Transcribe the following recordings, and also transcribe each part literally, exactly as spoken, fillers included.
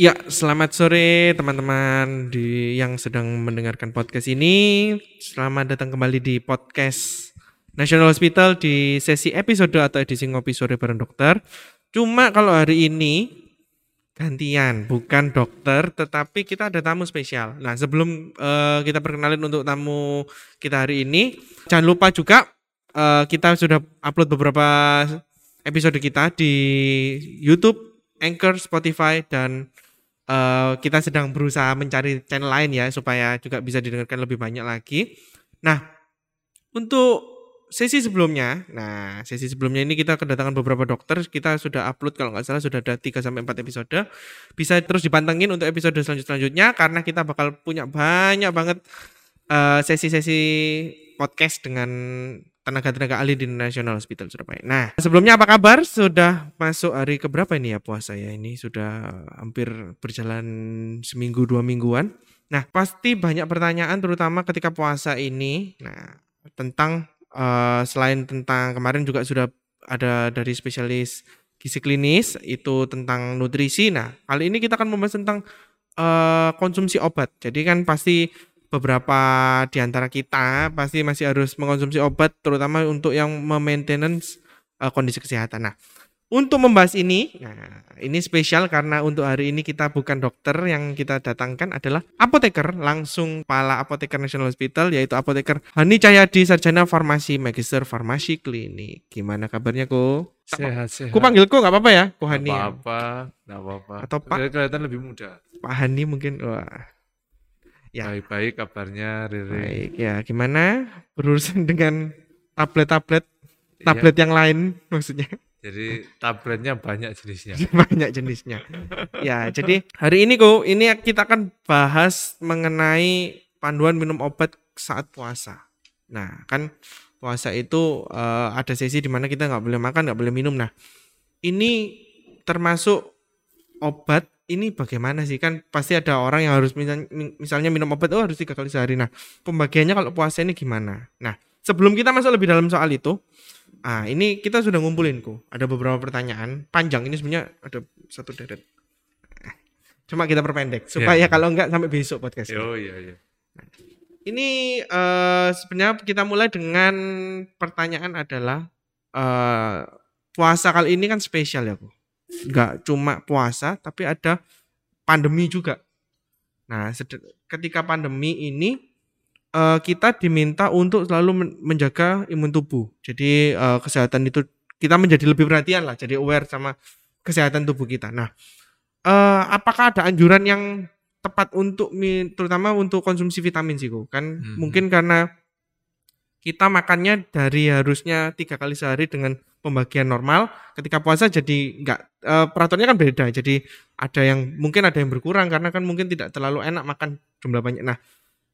Ya, selamat sore teman-teman di yang sedang mendengarkan podcast ini. Selamat datang kembali di podcast National Hospital di sesi episode atau edisi ngopi sore bareng dokter. Cuma kalau hari ini gantian, bukan dokter, tetapi kita ada tamu spesial. Nah, sebelum uh, kita perkenalin untuk tamu kita hari ini, jangan lupa juga uh, kita sudah upload beberapa episode kita di YouTube, Anchor, Spotify, dan Uh, kita sedang berusaha mencari channel lain ya supaya juga bisa didengarkan lebih banyak lagi. Nah, untuk sesi sebelumnya, nah sesi sebelumnya ini kita kedatangan beberapa dokter. Kita sudah upload kalau nggak salah sudah ada tiga sampai empat episode. Bisa terus dipantengin untuk episode selanjutnya karena kita bakal punya banyak banget uh, sesi-sesi podcast dengan tenaga-tenaga ahli di National Hospital Surabaya. Nah, sebelumnya apa kabar? Sudah masuk hari keberapa ini ya puasa ya? Ini sudah hampir berjalan seminggu dua mingguan. Nah, pasti banyak pertanyaan terutama ketika puasa ini. Nah, tentang uh, selain tentang kemarin juga sudah ada dari spesialis gizi klinis itu tentang nutrisi. Nah, kali ini kita akan membahas tentang uh, konsumsi obat. Jadi kan pasti beberapa di antara kita pasti masih harus mengkonsumsi obat terutama untuk yang memaintenance uh, kondisi kesehatan. Nah, untuk membahas ini, nah ini spesial karena untuk hari ini kita bukan dokter, yang kita datangkan adalah apoteker, langsung kepala apoteker National Hospital yaitu apoteker Hani Cahyadi, sarjana farmasi, magister farmasi klinik. Gimana kabarnya, Ko? Sehat-sehat. Ku panggil Ko nggak apa-apa ya, Ko Hani. Nggak apa-apa, nggak apa-apa. Atau Pak? Biar kelihatan lebih muda. Pak Hani mungkin. Wah. Ya. Baik-baik kabarnya, Rere. Baik, ya gimana berurusan dengan tablet-tablet, tablet ya, yang lain maksudnya. Jadi tabletnya banyak jenisnya. Banyak jenisnya. Ya, jadi hari ini kok ini kita akan bahas mengenai panduan minum obat saat puasa. Nah, kan puasa itu uh, ada sesi di mana kita nggak boleh makan, nggak boleh minum. Nah, ini termasuk obat. Ini bagaimana sih, kan pasti ada orang yang harus misalnya, misalnya minum obat oh harus tiga kali sehari. Nah, pembagiannya kalau puasa ini gimana? Nah, sebelum kita masuk lebih dalam soal itu, ah ini kita sudah ngumpulin kok. Ada beberapa pertanyaan panjang, ini sebenarnya ada satu deret. Cuma kita perpendek supaya ya, kalau enggak sampai besok podcast. Oh iya iya. Nah, ini uh, sebenarnya kita mulai dengan pertanyaan adalah uh, puasa kali ini kan spesial ya kok. Enggak cuma puasa tapi ada pandemi juga. Nah, ketika pandemi ini uh, kita diminta untuk selalu menjaga imun tubuh. Jadi uh, kesehatan itu kita menjadi lebih perhatian lah, jadi aware sama kesehatan tubuh kita. Nah, uh, apakah ada anjuran yang tepat untuk terutama untuk konsumsi vitamin sih kok? Kan hmm. mungkin karena kita makannya dari harusnya tiga kali sehari dengan pembagian normal, ketika puasa jadi enggak, e, peraturannya kan beda. Jadi ada yang mungkin ada yang berkurang karena kan mungkin tidak terlalu enak makan jumlah banyak. Nah,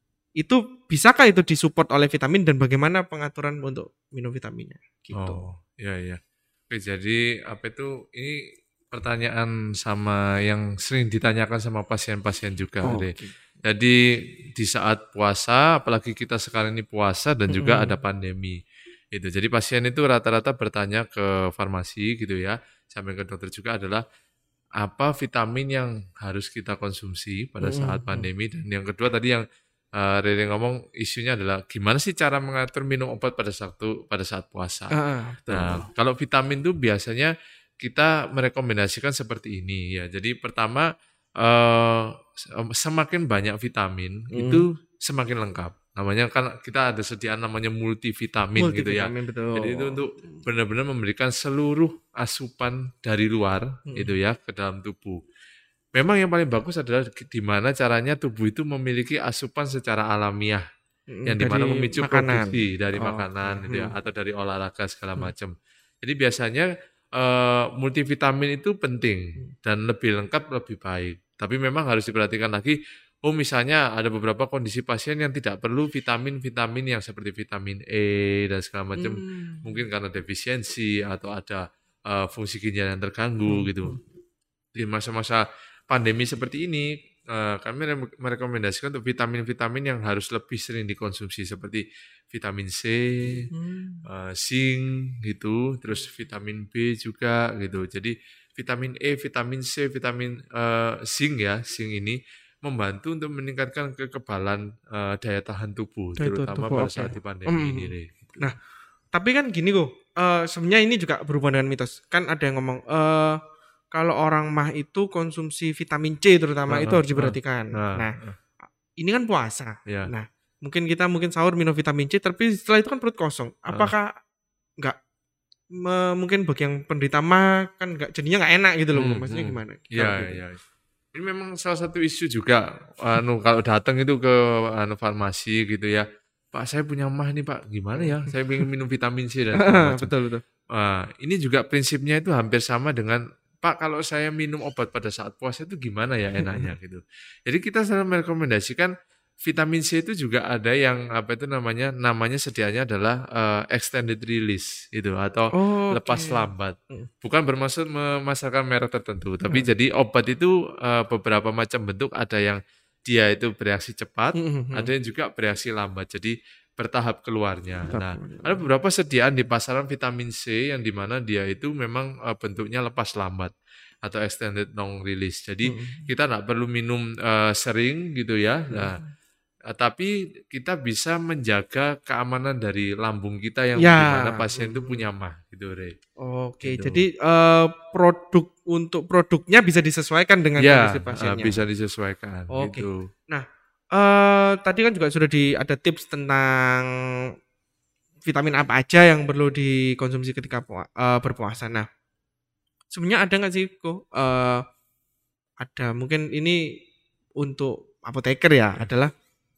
itu bisakah itu disupport oleh vitamin dan bagaimana pengaturan untuk minum vitaminnya? Gitu. Oh, iya iya. Oke, jadi apa itu ini pertanyaan sama yang sering ditanyakan sama pasien-pasien juga, oh, okay. Jadi di saat puasa, apalagi kita sekarang ini puasa dan mm-hmm. juga ada pandemi. Itu. Jadi pasien itu rata-rata bertanya ke farmasi gitu ya, sampai ke dokter juga adalah apa vitamin yang harus kita konsumsi pada saat mm-hmm. pandemi. Dan yang kedua tadi yang uh, Rere ngomong isunya adalah gimana sih cara mengatur minum obat pada saat pada saat puasa. Uh, nah, kalau vitamin itu biasanya kita merekomendasikan seperti ini ya. Jadi pertama uh, semakin banyak vitamin mm. itu semakin lengkap. Namanya kan kita ada sediaan namanya multivitamin, multivitamin gitu ya. Betul. Jadi itu untuk benar-benar memberikan seluruh asupan dari luar hmm. itu ya ke dalam tubuh. Memang yang paling bagus adalah di mana caranya tubuh itu memiliki asupan secara alamiah hmm, yang dimana memicu makanan. Produksi dari oh, makanan hmm. gitu ya atau dari olahraga segala hmm. macam. Jadi biasanya uh, multivitamin itu penting dan lebih lengkap lebih baik. Tapi memang harus diperhatikan lagi. Oh misalnya ada beberapa kondisi pasien yang tidak perlu vitamin-vitamin yang seperti vitamin E dan segala macam, hmm. mungkin karena defisiensi atau ada uh, fungsi ginjal yang terganggu hmm. gitu. Di masa-masa pandemi seperti ini, uh, kami merekomendasikan untuk vitamin-vitamin yang harus lebih sering dikonsumsi seperti vitamin C, hmm. uh, zinc gitu, terus vitamin B juga gitu. Jadi vitamin E, vitamin C, vitamin uh, zinc ya, zinc ini membantu untuk meningkatkan kekebalan uh, daya tahan tubuh, Daya tahan terutama tubuh, pada oke. saat di pandemi Hmm. ini. Re. Gitu. Nah, tapi kan gini kok, uh, sebenarnya ini juga berhubungan dengan mitos. Kan ada yang ngomong, uh, kalau orang mah itu konsumsi vitamin C terutama Uh, itu harus uh, diperhatikan. uh, Nah, uh, ini kan puasa. ya. Nah, mungkin kita mungkin sahur minum vitamin C, tapi setelah itu kan perut kosong. Apakah nggak me- mungkin bagi yang penderita mah kan nggak jadinya nggak enak gitu loh, Hmm, maksudnya hmm. gimana? Kalau Ya, gitu. ya. Ini memang salah satu isu juga. Anu kalau datang itu ke anu farmasi gitu ya. Pak, saya punya mah nih Pak. Gimana ya? Saya ingin minum vitamin C dan segala macam. Betul betul. Nah, ini juga prinsipnya itu hampir sama dengan Pak, kalau saya minum obat pada saat puasa itu gimana ya enaknya gitu. Jadi kita selalu merekomendasikan vitamin C itu juga ada yang apa itu namanya namanya sedianya adalah uh, extended release itu atau Oh, lepas oke. lambat. Hmm. Bukan bermaksud memasarkan merek tertentu, tapi Hmm. jadi obat itu uh, beberapa macam bentuk, ada yang dia itu bereaksi cepat, Hmm, hmm, ada hmm. yang juga bereaksi lambat. Jadi bertahap keluarnya. Tetap. Nah, ada beberapa sediaan di pasaran vitamin C yang dimana dia itu memang uh, bentuknya lepas lambat atau extended long release. Jadi Hmm. kita nggak perlu minum uh, sering gitu ya. Nah, Hmm. uh, tapi kita bisa menjaga keamanan dari lambung kita yang Ya. dimana pasien itu Hmm. punya mah gitu, Re. Oke, Gitu. jadi eh, produk untuk produknya bisa disesuaikan dengan Ya, kondisi uh, pasiennya. bisa disesuaikan Oke. gitu. Nah, eh tadi kan juga sudah di ada tips tentang vitamin apa aja yang perlu dikonsumsi ketika pua- eh, berpuasa. Nah, sebenarnya ada nggak sih kok eh, ada mungkin ini untuk apoteker ya adalah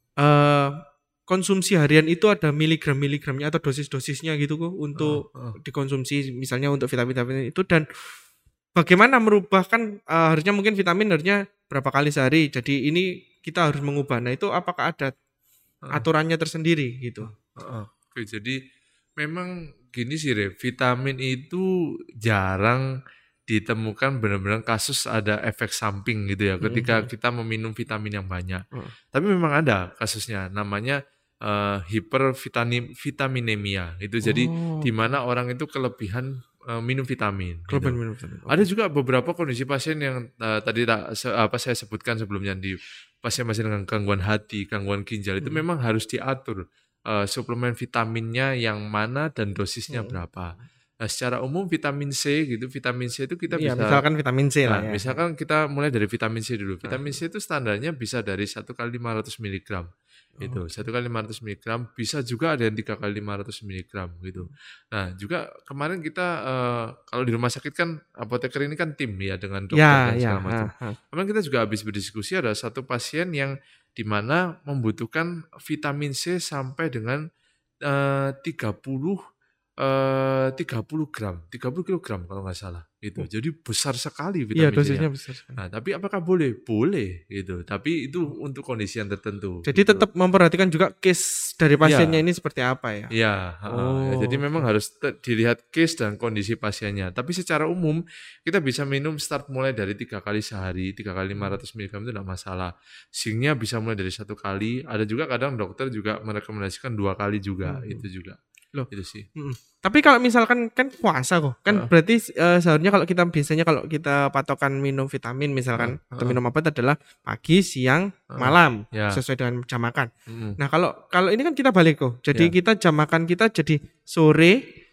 eh konsumsi harian itu ada miligram-miligramnya atau dosis-dosisnya gitu kok untuk Uh, uh. dikonsumsi misalnya untuk vitamin-vitamin itu, dan bagaimana merubah kan eh, harusnya mungkin vitamin harusnya berapa kali sehari. Jadi ini kita harus mengubah. Nah, itu apakah ada Uh. aturannya tersendiri gitu? Uh, uh. Oke, jadi memang gini sih, Re, vitamin itu jarang ditemukan benar-benar kasus ada efek samping gitu ya ketika Mhm. kita meminum vitamin yang banyak. Heeh. Tapi memang ada kasusnya, namanya uh, hipervitaminemia. Itu jadi Oh, di mana orang itu kelebihan uh, minum vitamin. kelebihan Gitu. minum vitamin. Oke. Ada juga beberapa kondisi pasien yang uh, tadi tak, se- apa saya sebutkan sebelumnya, di pasien-pasien dengan gangguan hati, gangguan ginjal itu Hmm. memang harus diatur uh, suplemen vitaminnya yang mana dan dosisnya Hmm. berapa. Nah, secara umum vitamin C gitu, vitamin C itu kita Iya, bisa, misalkan vitamin C lah nah, ya. misalkan kita mulai dari vitamin C dulu. Nah. Vitamin C itu standarnya bisa dari satu kali lima ratus miligram. Itu, Oke. satu kali lima ratus miligram, bisa juga ada yang tiga kali lima ratus miligram gitu. Nah, juga kemarin kita uh, kalau di rumah sakit kan apoteker ini kan tim ya dengan dokter Ya, dan ya. segala macam. ha, ha. Kemarin kita juga habis berdiskusi, ada satu pasien yang di mana membutuhkan vitamin C sampai dengan eh, tiga puluh eh, tiga puluh gram, tiga puluh kilogram kalau nggak salah. Gitu. Oh. Jadi besar sekali Iya, vitamin C-nya. dosisnya besar sekali. Nah, tapi apakah boleh? Boleh gitu. Tapi itu untuk kondisi yang tertentu. Jadi gitu. tetap memperhatikan juga case dari pasiennya Ya. ini seperti apa ya. Ya, ha, Oh, ya, jadi memang oke. harus te- dilihat case dan kondisi pasiennya. Tapi secara umum kita bisa minum start mulai dari tiga kali sehari, tiga kali lima ratus miligram itu tidak masalah. Zinc-nya bisa mulai dari satu kali. Ada juga kadang dokter juga merekomendasikan dua kali juga, Hmm. itu juga. Loh. Itu sih. Mm-mm. Tapi kalau misalkan kan puasa kok, kan Heeh. berarti eh, seharusnya kalau kita biasanya kalau kita patokan minum vitamin misalkan Heeh, atau heeh. minum apa itu adalah pagi, siang, Heeh. malam Ya. sesuai dengan jam makan. Mm-mm. Nah, kalau kalau ini kan kita balik kok. Jadi Ya. kita jam makan kita jadi sore,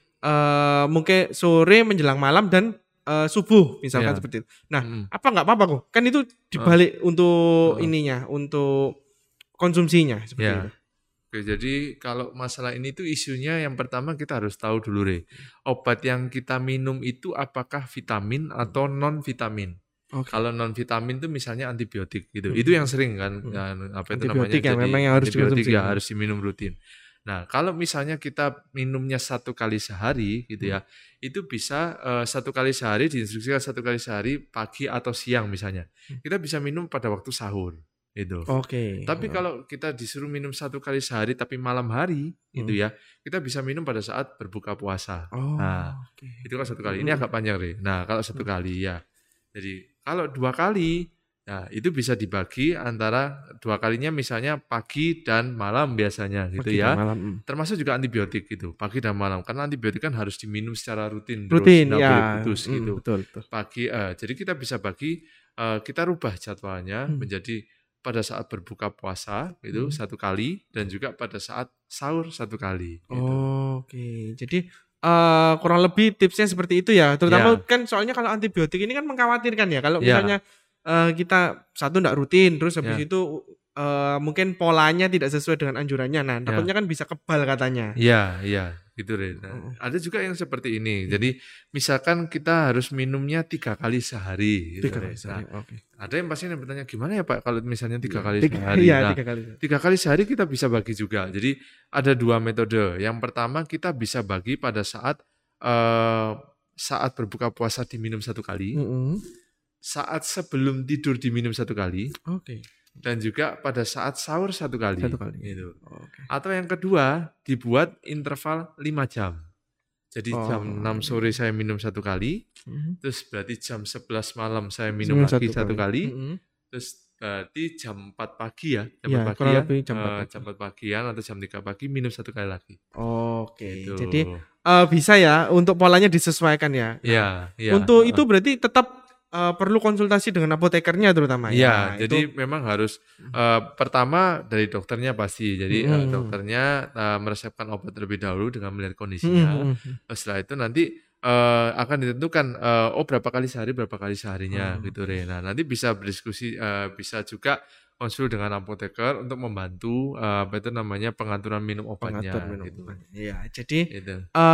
eh mungkin sore menjelang malam dan eh, subuh misalkan Ya. seperti itu. Nah, Mm-mm. apa nggak apa-apa kok? Kan itu dibalik untuk Heeh. ininya, untuk konsumsinya seperti Ya. itu. Oke, jadi kalau masalah ini tuh isunya yang pertama kita harus tahu dulu, Re. Obat yang kita minum itu apakah vitamin atau non vitamin? Oke. Kalau non vitamin itu misalnya antibiotik gitu. Hmm. Itu yang sering kan, Hmm. kan apa itu namanya, Antibiotik yang jadi memang yang harus antibiotik dikonsumsi. ya harus diminum rutin. Nah, kalau misalnya kita minumnya satu kali sehari gitu ya, itu bisa eh, satu kali sehari, diinstruksikan satu kali sehari pagi atau siang misalnya. Kita bisa minum pada waktu sahur itu. Oke. Tapi kalau kita disuruh minum satu kali sehari tapi malam hari itu Hmm. ya, kita bisa minum pada saat berbuka puasa. Oh, Nah, oke. itu kan satu kali. Ini Hmm. agak panjang, Re. Nah, kalau satu Hmm. kali ya. Jadi kalau dua kali Nah, itu bisa dibagi antara dua kalinya misalnya pagi dan malam biasanya gitu Pagi ya. dan malam. mm. Termasuk juga antibiotik gitu, pagi dan malam. Karena antibiotik kan harus diminum secara rutin terus, Rutin nggak boleh ya. putus Mm, gitu. betul betul. Pagi, eh, jadi kita bisa bagi, eh, kita rubah jadwalnya Hmm. menjadi pada saat berbuka puasa itu Hmm. satu kali dan juga pada saat sahur satu kali. Gitu. Oh, Oke, jadi eh, kurang lebih tipsnya seperti itu ya. Terutama Ya. kan soalnya kalau antibiotik ini kan mengkhawatirkan ya. Kalau Ya. misalnya eh, kita satu nggak rutin, terus habis Ya. itu eh, mungkin polanya tidak sesuai dengan anjurannya. Nah, Ya. takutnya kan bisa kebal katanya. Iya, iya, gitu deh. Nah, Oh. ada juga yang seperti ini. Jadi misalkan kita harus minumnya tiga kali sehari. Gitu Tiga deh. kali sehari. Nah, Oke. ada yang pasien yang bertanya gimana ya Pak kalau misalnya tiga kali Tiga, sehari. iya, Nah, tiga kali. tiga kali sehari kita bisa bagi juga. Jadi ada dua metode. Yang pertama kita bisa bagi pada saat eh, saat berbuka puasa diminum satu kali, Mm-mm. saat sebelum tidur diminum satu kali, Oke. dan juga pada saat sahur satu kali. Satu kali. Gitu. Oke. Atau yang kedua, dibuat interval lima jam. Jadi Oh, jam enam sore saya minum satu kali, Mhm. terus berarti jam sebelas malam saya minum Minum lagi satu satu kali, Mm-mm. terus berarti jam empat pagi ya, jam Iya, empat pagi kurang ya, lebih jam empat eh, pagi. jam empat pagian atau jam tiga pagi minum satu kali lagi. Oke, Gitu. jadi eh, bisa ya untuk polanya disesuaikan ya. Nah, Iya, iya. untuk heeh. itu berarti tetap eh, perlu konsultasi dengan apotekernya terutama ya. Iya, Nah, jadi itu memang harus eh, pertama dari dokternya pasti. Jadi eh, Mm-mm. dokternya eh, meresepkan obat terlebih dahulu dengan melihat Mm-mm, kondisinya. mm-mm. Setelah itu nanti eh, akan ditentukan eh, oh berapa kali sehari berapa kali seharinya Oh, gitu Re. Nah, nanti bisa berdiskusi eh, bisa juga konsul dengan apoteker untuk membantu eh, apa itu namanya pengaturan minum obatnya pengatur minum gitu. obat. Iya, jadi Gitu.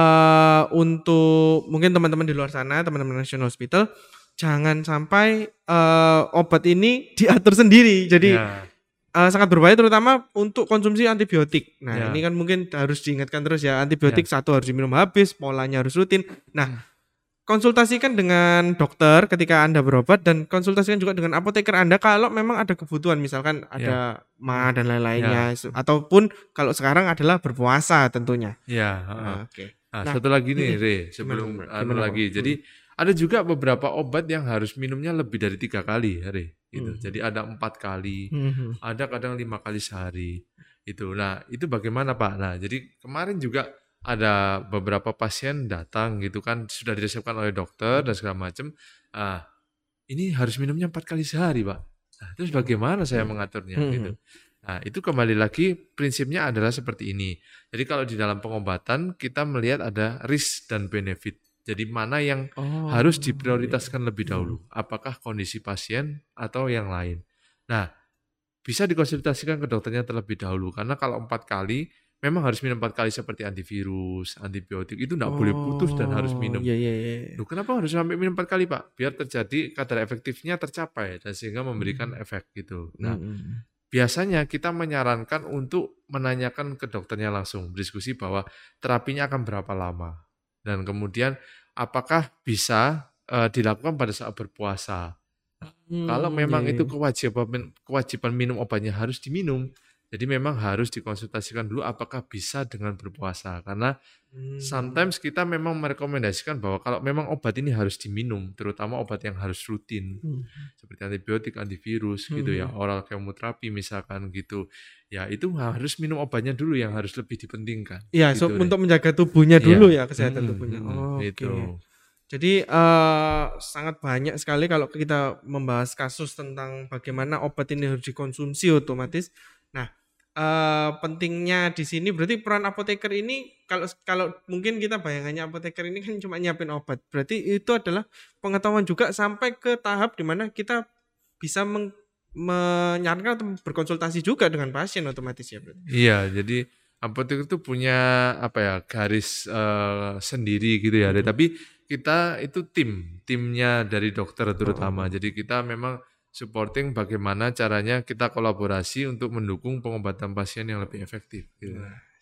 eh untuk mungkin teman-teman di luar sana, teman-teman National Hospital, jangan sampai eh, obat ini diatur sendiri. Jadi Ya, eh, sangat berbahaya terutama untuk konsumsi antibiotik. Nah, Ya. ini kan mungkin harus diingatkan terus ya, antibiotik satu harus diminum habis, polanya harus rutin. Nah, konsultasikan dengan dokter ketika Anda berobat dan konsultasikan juga dengan apoteker Anda kalau memang ada kebutuhan misalkan ada ma dan lain-lainnya ataupun kalau sekarang adalah berpuasa tentunya. ya. heeh. Nah, Oke. Nah, Nah, satu lagi nih, mm, Re, sebelum gimana, anu gimana, Pak? lagi. Jadi ada juga beberapa obat yang harus minumnya lebih dari tiga kali, Re. Gitu. Hmm. Jadi ada empat kali, Mhm. ada kadang lima kali sehari. Itu. Nah, itu bagaimana, Pak? Nah, jadi kemarin juga ada beberapa pasien datang gitu kan sudah diresepkan oleh dokter dan segala macam. Ah, ini harus minumnya empat kali sehari, Pak. Nah, terus bagaimana saya mengaturnya Mhm. gitu? Nah, itu kembali lagi prinsipnya adalah seperti ini. Jadi kalau di dalam pengobatan kita melihat ada risk dan benefit. Jadi mana yang Oh, harus diprioritaskan lebih dahulu? Apakah kondisi pasien atau yang lain? Nah, bisa dikonsultasikan ke dokternya terlebih dahulu karena kalau empat kali memang harus minum empat kali seperti antivirus, antibiotik itu tidak boleh putus dan harus minum. Iya, iya, iya. Loh, kenapa harus sampai minum empat kali, Pak? Biar terjadi kadar efektifnya tercapai dan sehingga memberikan efek gitu. Nah, Mhm. biasanya kita menyarankan untuk menanyakan ke dokternya langsung, berdiskusi bahwa terapinya akan berapa lama. Dan kemudian apakah bisa eh, dilakukan pada saat berpuasa. Kalau Hmm, memang iya, itu iya. kewajiban kewajiban minum obatnya harus diminum, jadi memang harus dikonsultasikan dulu apakah bisa dengan berpuasa. Karena Hmm. sometimes kita memang merekomendasikan bahwa kalau memang obat ini harus diminum, terutama obat yang harus rutin, Hmm. seperti antibiotik, antivirus gitu ya, Mhm. oral kemoterapi misalkan gitu. Ya itu harus minum obatnya dulu yang harus lebih dipentingkan. Iya, so, Gitu deh. untuk menjaga tubuhnya Iya. dulu ya, kesehatan Mm-mm, tubuhnya. mm-mm, Oh, gitu. Oke. Jadi eh, sangat banyak sekali kalau kita membahas kasus tentang bagaimana obat ini harus dikonsumsi otomatis. Nah, eh, pentingnya di sini berarti peran apoteker ini kalau kalau mungkin kita bayangannya apoteker ini kan cuma nyiapin obat. Berarti itu adalah pengetahuan juga sampai ke tahap di mana kita bisa meng- menyarankan atau berkonsultasi juga dengan pasien otomatis ya berarti. Iya, jadi apoteker itu punya apa ya garis eh, sendiri gitu ya. Mhm. Tapi kita itu tim, timnya dari dokter terutama. Oh. Jadi kita memang supporting bagaimana caranya kita kolaborasi untuk mendukung pengobatan pasien yang lebih efektif. Gitu.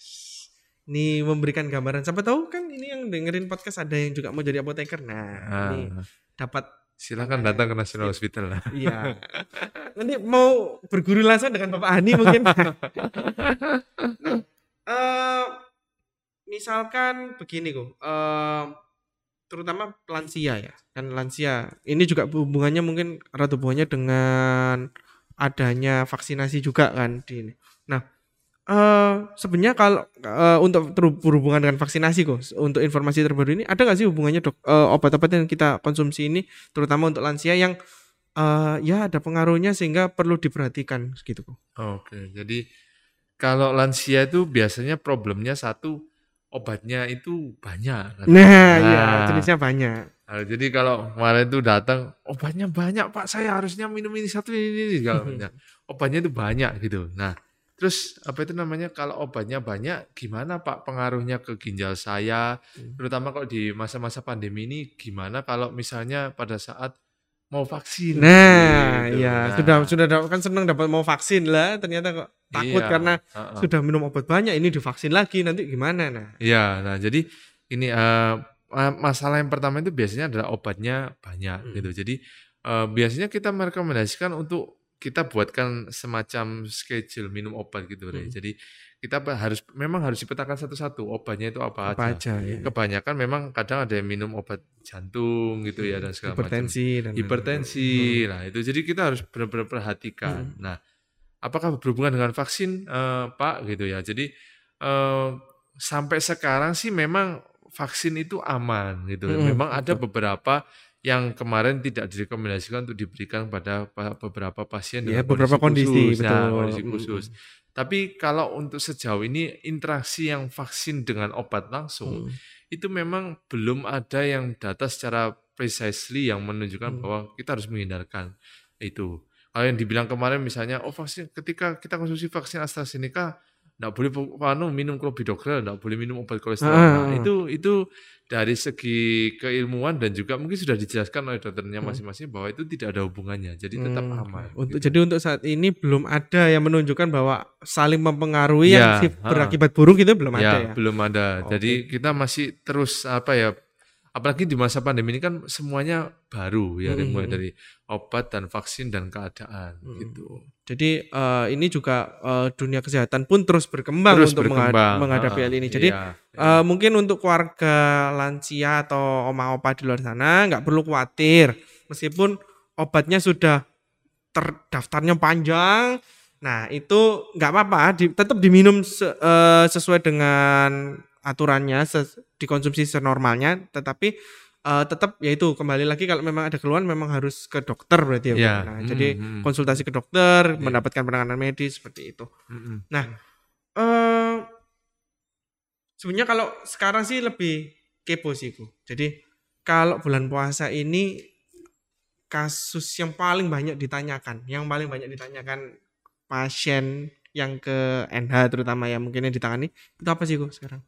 Ini memberikan gambaran. Siapa tahu kan ini yang dengerin podcast ada yang juga mau jadi apoteker. Nah, ini Ah, dapat silakan datang ke National Hospital lah. iya. Nanti mau berguru langsung dengan Bapak Hani mungkin. Nah, eh, misalkan begini kok. eh, terutama lansia ya. Kan lansia ini juga hubungannya mungkin erat hubungannya dengan adanya vaksinasi juga kan di ini. Nah, eh sebenarnya kalau eh, untuk ter- berhubungan dengan vaksinasi kok, untuk informasi terbaru ini ada nggak sih hubungannya dok, eh, obat-obat yang kita konsumsi ini, terutama untuk lansia yang eh, ya ada pengaruhnya sehingga perlu diperhatikan gitu kok. Oke, jadi kalau lansia itu biasanya problemnya satu, obatnya itu banyak. Nah, ya Nah, jenisnya banyak. Nah, jadi kalau kemarin itu datang, obatnya banyak Pak, saya harusnya minum ini satu ini, ini kalau nah, obatnya itu banyak gitu. Nah, terus apa itu namanya kalau obatnya banyak, gimana Pak pengaruhnya ke ginjal saya, terutama kalau di masa-masa pandemi ini, gimana kalau misalnya pada saat mau vaksin Nah, gitu. ya sudah Nah, sudah da- kan senang dapat mau vaksin lah, ternyata kok takut iya, karena heeh. sudah minum obat banyak ini divaksin lagi nanti gimana nah. Iya, nah jadi ini eh, ma- masalah yang pertama itu biasanya adalah obatnya banyak gitu. Hmm. Jadi eh, biasanya kita merekomendasikan untuk kita buatkan semacam schedule minum obat gitu, Bre. Hmm. Jadi kita apa, harus memang harus dipetakan satu-satu obatnya itu apa Apa aja. aja ya. Kebanyakan memang kadang ada yang minum obat jantung gitu ya dan segala macam. Hipertensi dan lain-lain. Hipertensi. Hmm. Nah, itu jadi kita harus benar-benar perhatikan. Hmm. Nah, apakah berhubungan dengan vaksin, eh, Pak gitu ya. Jadi eh, sampai sekarang sih memang vaksin itu aman gitu. Hmm, Memang ada betul. beberapa yang kemarin tidak direkomendasikan untuk diberikan pada pa- beberapa pasien Ya dengan beberapa kondisi kondisi khusus. betul. Nah, kondisi Hmm. khusus. Tapi kalau untuk sejauh ini interaksi yang vaksin dengan obat langsung Hmm. itu memang belum ada yang data secara precisely yang menunjukkan Hmm. bahwa kita harus menghindarkan itu. Kalau yang dibilang kemarin misalnya, oh vaksin ketika kita konsumsi vaksin AstraZeneca nggak boleh pu- anu, minum clopidogrel, nggak boleh minum obat kolesterol. Nah Ah, itu itu dari segi keilmuan dan juga mungkin sudah dijelaskan oleh dokternya hmm. masing-masing bahwa itu tidak ada hubungannya, jadi tetap Hmm, aman. untuk Gitu. jadi untuk saat ini belum ada yang menunjukkan bahwa saling mempengaruhi yang Ya, si- ha. berakibat buruk itu belum ada Ya, ya. belum ada. Oke. Jadi kita masih terus apa ya? Apalagi di masa pandemi ini kan semuanya baru ya, Hmm. mulai dari obat dan vaksin dan keadaan Hmm. gitu. Jadi eh, ini juga eh, dunia kesehatan pun terus berkembang Terus untuk menghad- berkembang. menghadapi Ha, hal ini. Jadi iya, eh, iya. mungkin untuk keluarga lansia atau oma opa di luar sana nggak perlu khawatir, meskipun obatnya sudah terdaftarnya panjang. Nah itu nggak apa-apa, di- tetap diminum se- eh, sesuai dengan aturannya, ses- dikonsumsi senormalnya, tetapi eh, tetap yaitu kembali lagi kalau memang ada keluhan memang harus ke dokter berarti ya. Bu? Ya, Nah hmm, jadi hmm. konsultasi ke dokter, Iya. mendapatkan penanganan medis seperti itu. Hmm, Nah eh sebenarnya kalau sekarang sih lebih kepo sih Bu. Jadi kalau bulan puasa ini kasus yang paling banyak ditanyakan, yang paling banyak ditanyakan pasien yang ke N H terutama ya mungkin yang ditangani itu apa sih kok sekarang?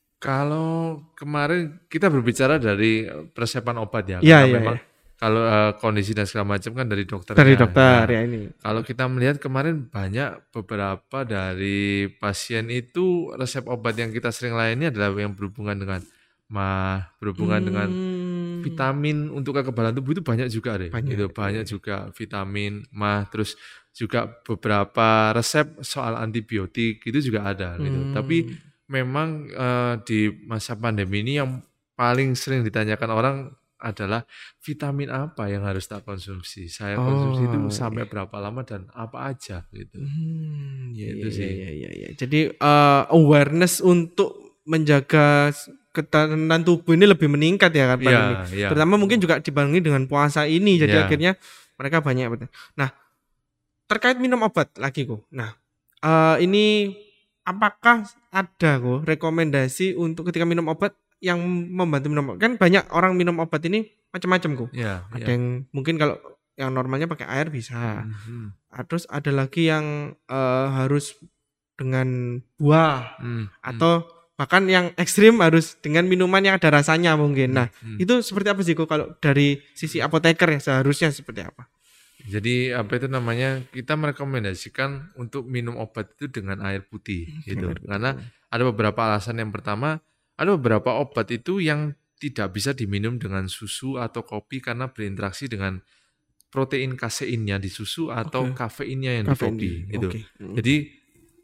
Kalau kemarin kita berbicara dari persiapan obat ya, Iya karena iya memang iya. kalau eh, kondisi dan segala macam kan dari dokternya. Dari dokter Nah, ya ini. kalau kita melihat kemarin banyak beberapa dari pasien itu resep obat yang kita sering layani adalah yang berhubungan dengan mah, berhubungan dengan Hmm, vitamin untuk kekebalan tubuh itu banyak juga deh. banyak. Itu banyak juga vitamin, mah, terus juga beberapa resep soal antibiotik itu juga ada gitu. Hmm. Tapi memang eh, di masa pandemi ini yang paling sering ditanyakan orang adalah vitamin apa yang harus tak konsumsi. Saya konsumsi itu Oh, sampai iya. berapa lama dan apa aja gitu. Hmm, ya, Itu ya, sih. ya, ya, ya. Jadi eh, awareness untuk menjaga s- ketahanan tubuh ini lebih meningkat ya kan Iya, pandemi. iya. Terutama mungkin juga dibarengi dengan puasa ini. Jadi Iya. akhirnya mereka banyak. Nah terkait minum obat lagi kok. Nah eh, ini apakah ada kok rekomendasi untuk ketika minum obat yang membantu minum obat? Kan banyak orang minum obat ini macam-macam kok. Iya, Ada iya. yang mungkin kalau yang normalnya pakai air bisa. Mhm. Ah, Terus ada lagi yang eh, harus dengan buah Hmm, hmm, atau bahkan yang ekstrim harus dengan minuman yang ada rasanya mungkin. Nah, hmm. itu seperti apa sih kok kalau dari sisi apoteker ya seharusnya seperti apa? Jadi apa itu namanya, kita merekomendasikan untuk minum obat itu dengan air putih gitu. air putih. Karena ada beberapa alasan. Yang pertama, ada beberapa obat itu yang tidak bisa diminum dengan susu atau kopi karena berinteraksi dengan protein kaseinnya di susu atau Oke. kafeinnya yang di Kafein. kopi gitu. Oke. Mm. Jadi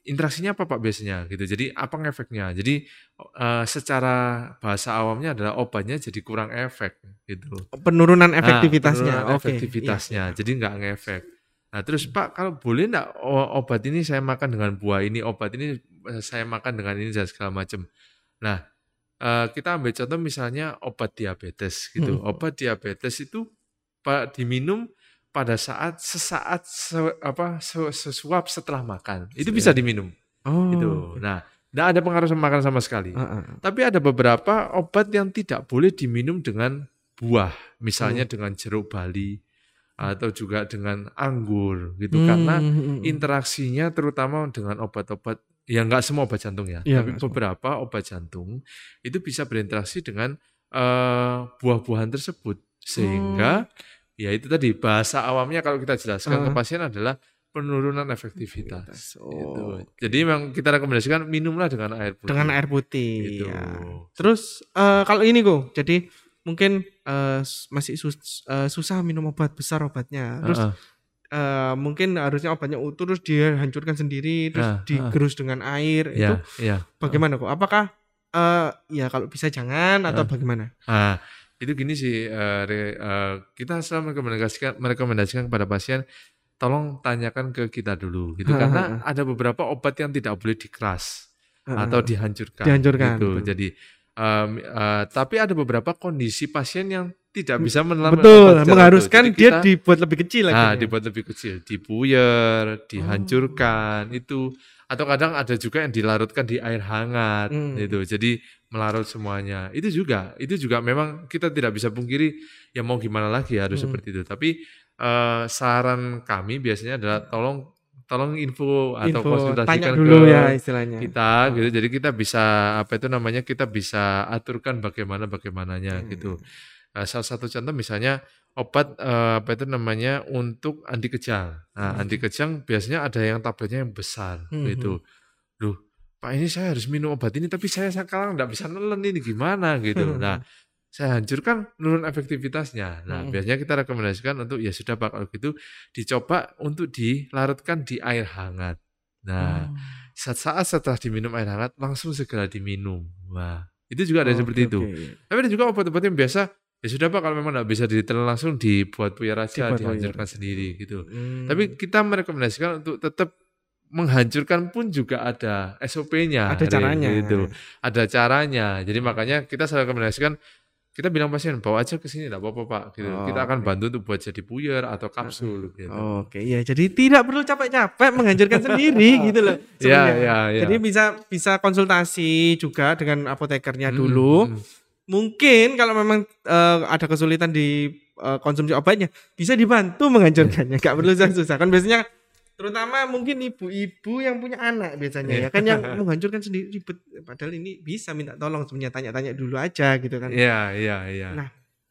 interaksinya apa Pak biasanya gitu. Jadi apa ngefeknya? Jadi uh, secara bahasa awamnya adalah obatnya jadi kurang efek gitu. Penurunan Nah, efektivitasnya. penurunan Oke. efektivitasnya. Iya. Jadi nggak ngefek. Nah terus Pak kalau boleh nggak o- obat ini saya makan dengan buah ini, obat ini eh, saya makan dengan ini dan segala macam. Nah eh, kita ambil contoh misalnya obat diabetes gitu. Hmm. Obat diabetes itu Pak diminum pada saat sesaat se- apa se- sesuap setelah makan. Itu bisa diminum. Oh. Gitu. Nah, tidak ada pengaruh sama makan sama sekali. Uh, uh. Tapi ada beberapa obat yang tidak boleh diminum dengan buah, misalnya Hmm. dengan jeruk bali atau juga dengan anggur gitu. Hmm, Karena hmm, hmm. interaksinya terutama dengan obat-obat, ya nggak semua obat jantung ya, Iya, tapi nggak semua. beberapa obat jantung itu bisa berinteraksi dengan eh, buah-buahan tersebut. Sehingga ya itu tadi bahasa awamnya kalau kita jelaskan ke Uh. pasien adalah penurunan efektivitas. Efektivitas. Gitu. Oh. Jadi memang kita rekomendasikan minumlah dengan air putih. Dengan air putih. Gitu. Ya. Terus eh, kalau ini kok, jadi mungkin eh, s- masih sus- eh, susah minum obat besar obatnya. Terus Heeh. eh, mungkin harusnya obatnya utuh terus dia hancurkan sendiri, terus Nah, digerus dengan air. Itu Ya, ya. bagaimana kok? Apakah eh, ya kalau bisa jangan atau Heeh. bagaimana? Nah, itu gini sih, eh, re- eh, kita selalu merekomendasikan, merekomendasikan kepada pasien, tolong tanyakan ke kita dulu, gitu. Karena ada beberapa obat yang tidak boleh dikeras atau dihancurkan, Dihancurkan, gitu. betul. Jadi, em, eh, tapi ada beberapa kondisi pasien yang tidak bisa menelan Betul, obat secara utuh. mengharuskan Jadi dia kita- dibuat lebih kecil lagi. Nah, dibuat lebih kecil, dipuyer, dihancurkan itu, atau kadang ada juga yang dilarutkan di air hangat, Hmm. gitu. Jadi melarut semuanya. Itu juga, itu juga memang kita tidak bisa pungkiri. Ya mau gimana lagi harus Hmm. seperti itu. Tapi eh, saran kami biasanya adalah tolong, tolong info atau Info, konsultasikan tanya dulu ke ya istilahnya. kita, gitu. Jadi kita bisa apa itu namanya kita bisa aturkan bagaimana bagaimananya, Hmm. gitu. Nah, salah satu contoh misalnya obat eh, apa itu namanya untuk anti kejang. Nah, anti kejang biasanya ada yang tabletnya yang besar, Hmm. gitu. Loh, Pak ini saya harus minum obat ini, tapi saya sekarang nggak bisa nelen ini gimana gitu. Nah, saya hancurkan menurun efektivitasnya. Nah, Hmm. biasanya kita rekomendasikan untuk ya sudah Pak kalau gitu dicoba untuk dilarutkan di air hangat. Nah, Oh. saat saat setelah diminum air hangat langsung segera diminum. Wah, itu juga ada yang Oke, seperti itu. oke. Tapi ada juga obat-obat yang biasa, ya sudah Pak kalau memang nggak bisa ditelan langsung dibuat puyer aja, Dibuat dihancurkan puyer. sendiri gitu. Hmm. Tapi kita merekomendasikan untuk tetap menghancurkan pun juga ada S O P-nya. Ada caranya. Gitu. Ada caranya. Jadi makanya kita selalu rekomendasikan, kita bilang pasien bawa aja ke sini enggak apa-apa Pak gitu. Oh, kita akan oke. bantu untuk buat jadi puyer atau kapsul gitu. Oke, ya jadi tidak perlu capek-capek menghancurkan sendiri gitu loh. Iya, sebenarnya. iya, iya. Jadi bisa bisa konsultasi juga dengan apotekernya Mm, dulu. mm. Mungkin kalau memang eh, ada kesulitan di eh, konsumsi obatnya, bisa dibantu menghancurkannya. Gak perlu susah-susah. Kan biasanya terutama mungkin ibu-ibu yang punya anak biasanya ya kan yang menghancurkan sendiri ribet. Padahal ini bisa minta tolong sebenarnya, tanya-tanya dulu aja gitu kan. Iya, iya, iya. Nah,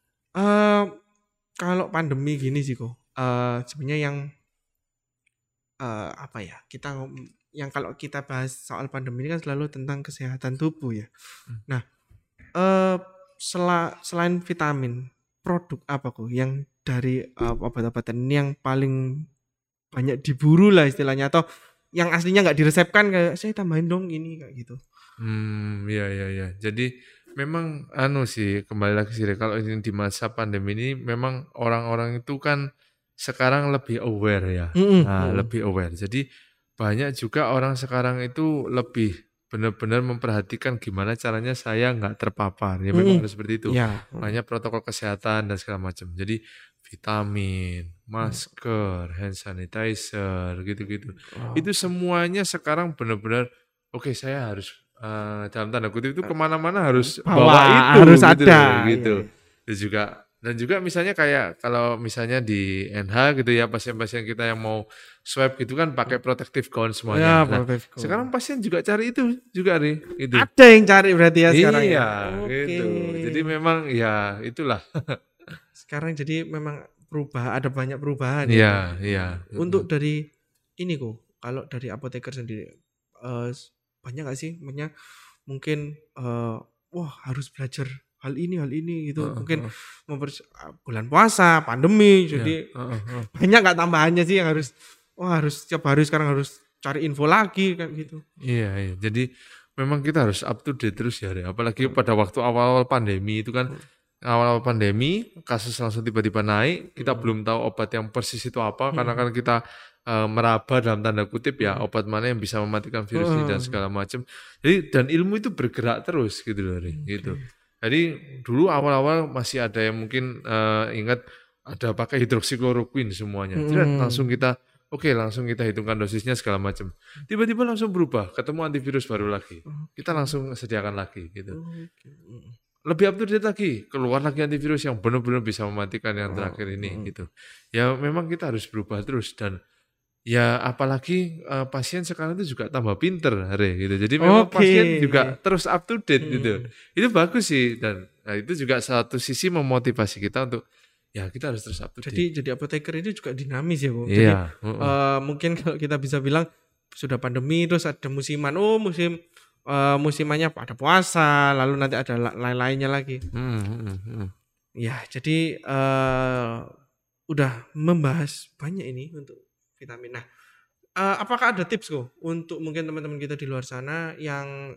eh kalau pandemi gini sih kok, eh sebenarnya yang eh apa ya, kita ngom- yang kalau kita bahas soal pandemi ini kan selalu tentang kesehatan tubuh ya. Nah, eh sela- selain vitamin, produk apa kok yang dari eh, obat-obatan ini yang paling banyak diburu lah istilahnya, atau yang aslinya nggak diresepkan kayak saya tambahin dong ini kayak gitu. Hmm, iya, iya, iya. Jadi memang anu sih, kembali lagi sih, Re, kalau ini di masa pandemi ini memang orang-orang itu kan sekarang lebih aware ya. Mm-mm, Nah, mm-mm. lebih aware. Jadi banyak juga orang sekarang itu lebih benar-benar memperhatikan gimana caranya saya nggak terpapar. Ya memang Mm-mm. harus seperti itu. Ya. Banyak protokol kesehatan dan segala macam. Jadi vitamin, masker, hand sanitizer, gitu-gitu. Oh. Itu semuanya sekarang benar-benar oke saya harus eh, dalam tanda kutip itu kemana-mana harus Bawa, bawa, itu harus gitu ada, loh, gitu. iya, iya. Itu juga dan juga misalnya kayak kalau misalnya di N H gitu ya pasien-pasien kita yang mau swab gitu kan pakai protective gown Ya, semuanya. Nah, protective gown. sekarang pasien juga cari itu juga nih, gitu. Ada yang cari berarti ya sekarang Iya, ya. Oke. gitu. Jadi memang ya itulah. Sekarang jadi memang berubah, ada banyak perubahan. Iya, iya. Untuk dari ini kok, kalau dari apoteker sendiri eh, banyak nggak sih, maksudnya mungkin eh, wah harus belajar hal ini hal ini gitu. Heeh, Mungkin heeh. mempers- bulan puasa, pandemi, Iya, jadi heeh, heeh. banyak nggak tambahannya sih yang harus wah harus setiap hari sekarang harus cari info lagi kayak gitu. Iya, iya. Jadi memang kita harus up to date terus ya, Re. Apalagi pada waktu awal-awal pandemi itu kan, awal-awal pandemi kasus langsung tiba-tiba naik, kita belum tahu obat yang persis itu apa, karena kan kita eh, meraba dalam tanda kutip ya, obat mana yang bisa mematikan virus ini dan segala macam. Jadi dan ilmu itu bergerak terus gitu loh, Re. Gitu. Jadi dulu awal-awal masih ada yang mungkin eh, ingat ada pakai hidroksikloroquine semuanya. Jadi langsung kita Oke, langsung kita hitungkan dosisnya segala macam. Tiba-tiba langsung berubah, ketemu antivirus baru lagi. Kita langsung sediakan lagi gitu. Lebih up to date lagi, keluar lagi antivirus yang benar-benar bisa mematikan yang terakhir ini gitu. Ya memang kita harus berubah terus dan ya apalagi uh, pasien sekarang itu juga tambah pinter, Re, gitu. Jadi memang Oke. pasien juga terus up to date gitu. Itu bagus sih dan nah, itu juga satu sisi memotivasi kita untuk ya kita harus terus up to date. Jadi jadi apoteker ini juga dinamis ya, Bu. Jadi Iya, uh-uh. eh, mungkin kalau kita bisa bilang sudah pandemi terus ada musiman, oh musim eh, musimannya ada puasa, lalu nanti ada la- lain-lainnya lagi. Hmm, hmm, hmm. Ya, jadi eh, udah membahas banyak ini untuk vitamin. Nah, eh, apakah ada tips kok untuk mungkin teman-teman kita di luar sana yang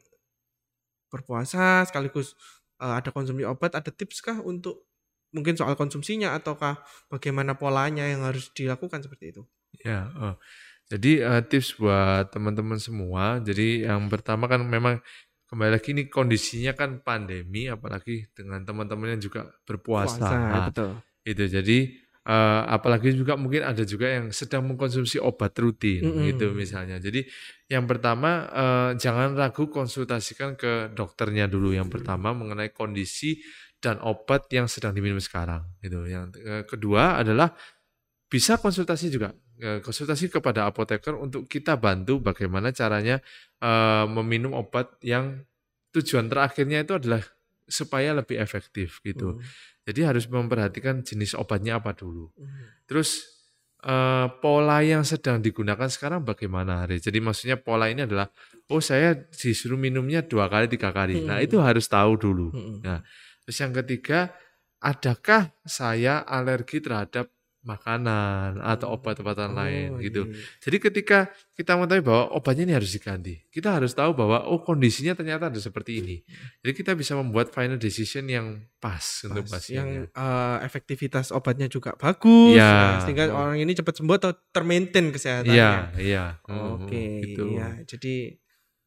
berpuasa sekaligus eh, ada konsumsi obat, ada tips kah untuk mungkin soal konsumsinya ataukah bagaimana polanya yang harus dilakukan seperti itu? Ya, oh. Jadi eh, tips buat teman-teman semua. Jadi yang pertama kan memang kembali lagi ini kondisinya kan pandemi, apalagi dengan teman-teman yang juga berpuasa. Puasa, Nah, betul. itu jadi eh, apalagi juga mungkin ada juga yang sedang mengkonsumsi obat rutin, Mm-mm. gitu misalnya. Jadi yang pertama eh, jangan ragu konsultasikan ke dokternya dulu. Yang pertama mengenai kondisi dan obat yang sedang diminum sekarang. Gitu. Yang eh, kedua adalah bisa konsultasi juga, eh, konsultasi kepada apoteker untuk kita bantu bagaimana caranya eh, meminum obat yang tujuan terakhirnya itu adalah supaya lebih efektif gitu. Mm. Jadi harus memperhatikan jenis obatnya apa dulu. Mm. Terus eh, pola yang sedang digunakan sekarang bagaimana, Hari? Jadi maksudnya pola ini adalah, oh saya disuruh minumnya dua kali tiga kali. Nah Mm. itu harus tahu dulu. Mm. Nah terus yang ketiga, adakah saya alergi terhadap makanan atau obat-obatan Oh, lain gitu. iya. Jadi ketika kita mengetahui bahwa obatnya ini harus diganti, kita harus tahu bahwa oh kondisinya ternyata ada seperti ini. Jadi kita bisa membuat final decision yang pas, untuk Pas, pasiennya. yang eh, efektivitas obatnya juga bagus, Iya. nah, sehingga Oh. orang ini cepat sembuh atau termaintain kesehatannya. Iya, iya. Hmm, Oke, gitu. iya. Jadi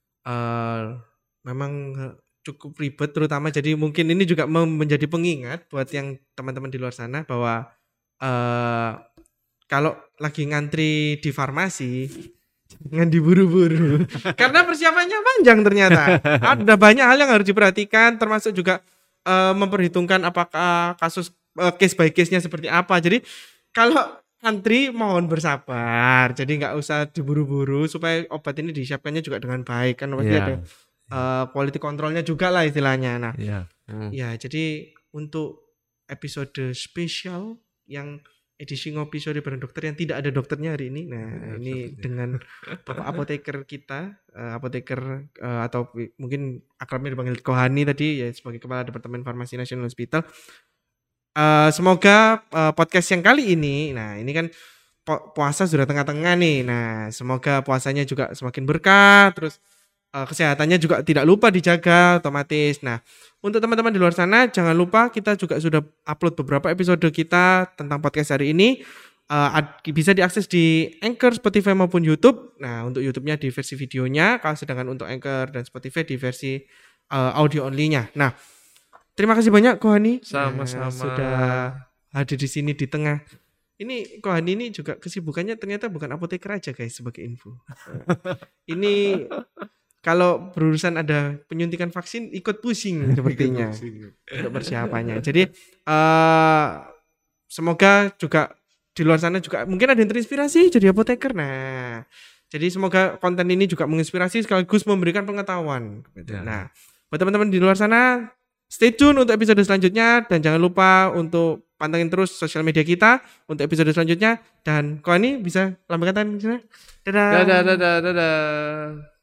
eh, memang eh, cukup ribet terutama. Jadi mungkin ini juga mem- menjadi pengingat buat yang teman-teman di luar sana bahwa eh kalau lagi ngantri di farmasi jangan diburu-buru karena persiapannya panjang ternyata. Ada banyak hal yang harus diperhatikan, termasuk juga eh, memperhitungkan apakah kasus eh, case by case-nya seperti apa. Jadi kalau antri mohon bersabar. Jadi nggak usah diburu-buru supaya obat ini disiapkannya juga dengan baik kan, pasti Iya. ada eh, quality controlnya juga lah istilahnya. Nah, Iya. Hmm. ya jadi untuk episode spesial yang edisi ngopi sore bareng dokter yang tidak ada dokternya hari ini. Nah, ini dengan Bapak apoteker kita, eh, apoteker eh, atau mungkin akrabnya dipanggil Kohani tadi ya sebagai Kepala Departemen Farmasi National Hospital. Eh, semoga eh, podcast yang kali ini, nah ini kan pu- puasa sudah tengah-tengah nih. Nah, semoga puasanya juga semakin berkah, terus eh, kesehatannya juga tidak lupa dijaga otomatis. Nah, untuk teman-teman di luar sana jangan lupa kita juga sudah upload beberapa episode kita tentang podcast hari ini. Eh, ad- bisa diakses di Anchor, Spotify maupun YouTube. Nah, untuk YouTube-nya di versi videonya, kalau sedangkan untuk Anchor dan Spotify di versi eh, audio only-nya. Nah, terima kasih banyak Kohani. Sama-sama. Nah, sudah hadir di sini di tengah. Ini Kohani ini juga kesibukannya ternyata bukan apoteker aja guys, sebagai info. Ini kalau berurusan ada penyuntikan vaksin ikut pusing sepertinya untuk persiapannya. Jadi eh semoga juga di luar sana juga mungkin ada yang terinspirasi jadi apoteker. Nah, jadi semoga konten ini juga menginspirasi sekaligus memberikan pengetahuan. Ya. Nah, buat teman-teman di luar sana, stay tune untuk episode selanjutnya dan jangan lupa untuk pantengin terus sosial media kita untuk episode selanjutnya. Dan Kohani bisa lambaikan tangan di sana. Dadah. Dadah, dadah, dadah.